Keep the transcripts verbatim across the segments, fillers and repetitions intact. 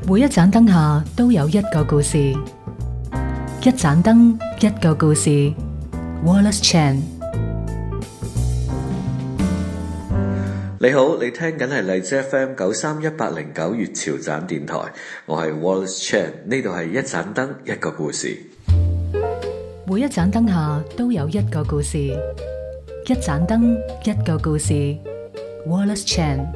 每一盞燈下都有一個故事，一盞燈一個故事。Wallace Chan， 你好，你聽緊係荔枝 F M 九三一八零九粵潮盞電台，我係 Wallace Chan， 呢度係一盞燈一個故事。 每一盞燈下都有一個故事，一盞燈一個故事。Wallace Chan。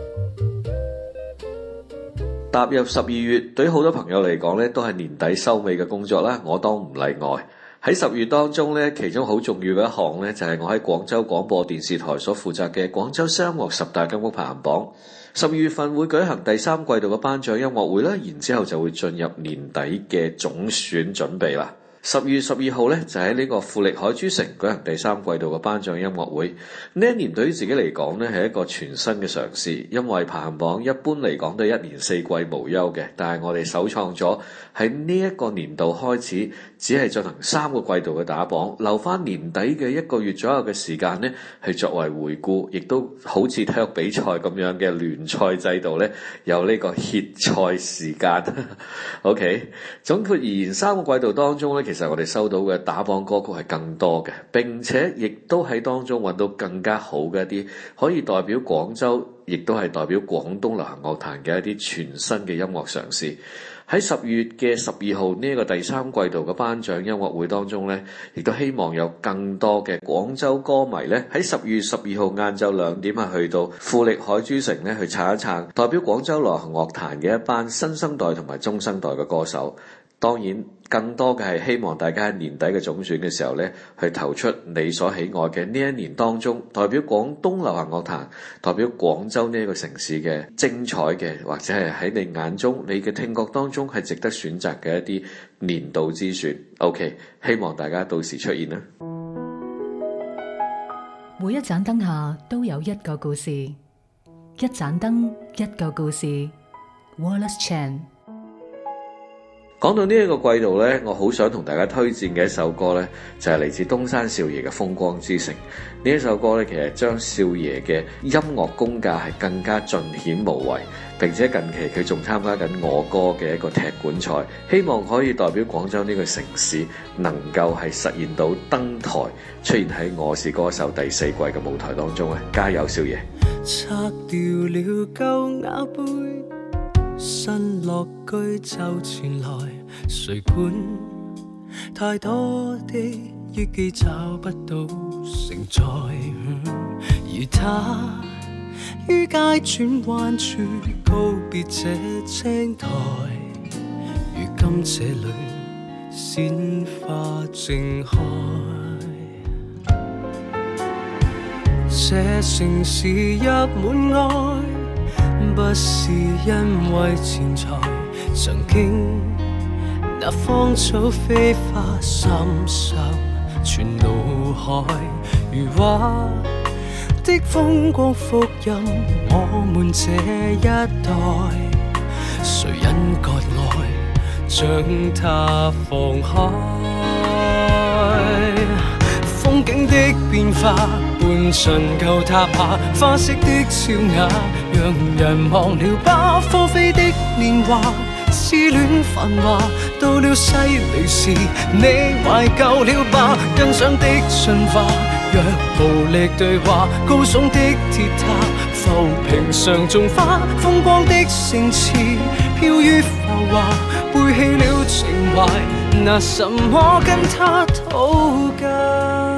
踏入十二月，對於好多朋友嚟講咧，都係年底收尾嘅工作啦。我當唔例外。喺十月當中咧，其中好重要嘅一項咧，就係我喺廣州廣播電視台所負責嘅廣州商樂十大金曲排行榜。十二月份會舉行第三季度嘅頒獎音樂會啦，然之後就會進入年底嘅總選準備啦。十月十二號咧，就喺呢個富力海珠城舉行第三季度嘅頒獎音樂會。呢一年對於自己嚟講咧，係一個全新嘅嘗試，因為排行榜一般嚟講都係一年四季無休嘅，但係我哋首創咗喺呢一個年度開始，只係進行三個季度嘅打榜，留翻年底嘅一個月左右嘅時間咧，去作為回顧，亦都好似體育比賽咁樣嘅聯賽制度咧，有呢個歇賽時間。OK， 總括而言，三個季度當中咧，其實我哋收到嘅打榜歌曲係更多嘅，並且亦都喺當中揾到更加好嘅一啲可以代表廣州，亦都係代表廣東流行樂壇嘅一啲全新嘅音樂嘗試。喺十月嘅十二號呢一個第三季度嘅頒獎音樂會當中呢，亦都希望有更多嘅廣州歌迷呢，喺十月十二號晏晝兩點啊，去到富力海珠城呢，去撐一撐代表廣州流行樂壇嘅一班新生代同埋中生代嘅歌手。當然更多嘅係希望大家喺年底嘅總選嘅時候呢，去投出你所喜愛嘅呢一年當中代表廣東流行樂壇、代表廣州呢一個城市嘅精彩嘅，或者係喺你眼中你嘅聽覺當中係值得選擇嘅一啲年度之選。 OK， 希望大家到時出現啦。 每一盞燈下都有一個故事，一盞燈一個故事。Wallace Chan。 講到呢一個季度呢，我好想同大家推薦嘅一首歌呢，就係嚟自東山少爺嘅《風光之城》。呢一首歌呢，其實將少爺嘅音樂功架係更加盡顯無遺，並且近期佢仲參加緊我歌嘅一個踢館賽，希望可以代表廣州呢個城市能夠係實現到登台出現喺《我是歌手》第四季嘅舞台當中啊！加油，少爺！ 拆掉了舊瓦杯，新樂居就前來，誰管太多的憶記找不到承載，而他於街轉彎處告別這青台，如今這裏鮮花正開，這城市入滿愛，不是因為錢財，曾經那芳草飛花心上傳腦海，如畫的風光復印我們這一代，誰因割愛將它放開，風景的變化伴循舊塔下花式的俏雅，讓人忘了吧荒廢的年華，痴戀繁華到了西里時，你懷舊了吧？欣賞的進化，若無力對話，高聳的鐵塔浮萍上種花，風光的城池飄於浮華，背棄了情懷，拿什麼跟他討價？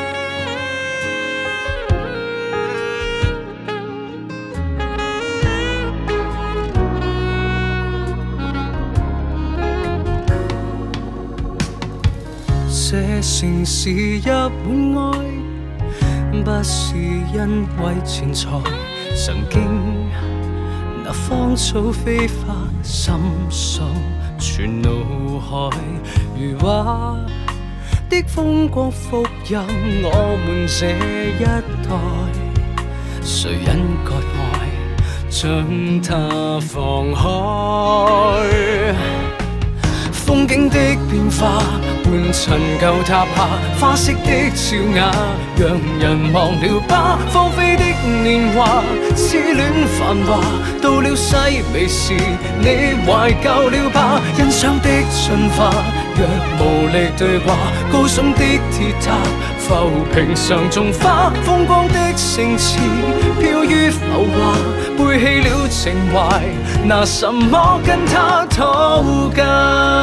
這城市入滿愛，不是因為錢財，曾經那芳草飛花心上傳腦海，如畫的風光復印我們這一代，誰因割愛將它放開， 風景的變化，伴陳舊塔下花式的笑雅，讓人忘了吧。荒廢的年華，痴戀繁華，到了西微時，你懷舊了吧？欣賞的進化，若無力對話，高聳的鐵塔，浮萍上種花，風光的城池，飄於浮華，背棄了情懷，拿什麼跟他討價？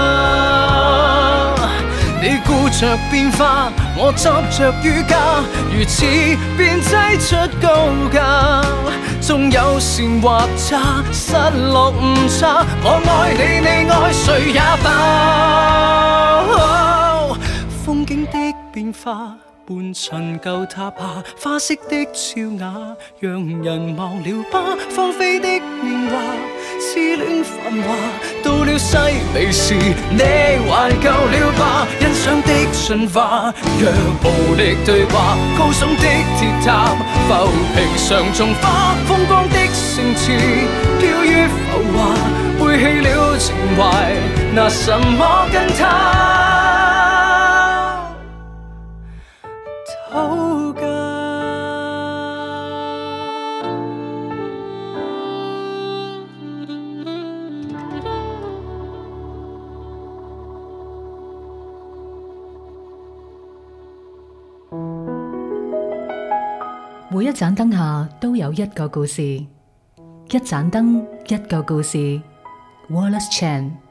你顧着變化，我執着於家，如此便擠出高價。縱有善或渣，失落誤差，我愛你，你愛誰也罷。哦，風景的變化，伴陳舊塔下花式的笑雅，讓人忘了吧。荒廢的年華，痴戀繁華，到了西微時，你懷舊了吧？欣賞的進化，若無力對話，高聳的鐵塔，浮萍上種花，風光的城池，飄於浮華，背棄了情懷，拿什麼跟他討價？ 每一盞燈下都有一個故事，一盞燈一個故事。Wallace Chan。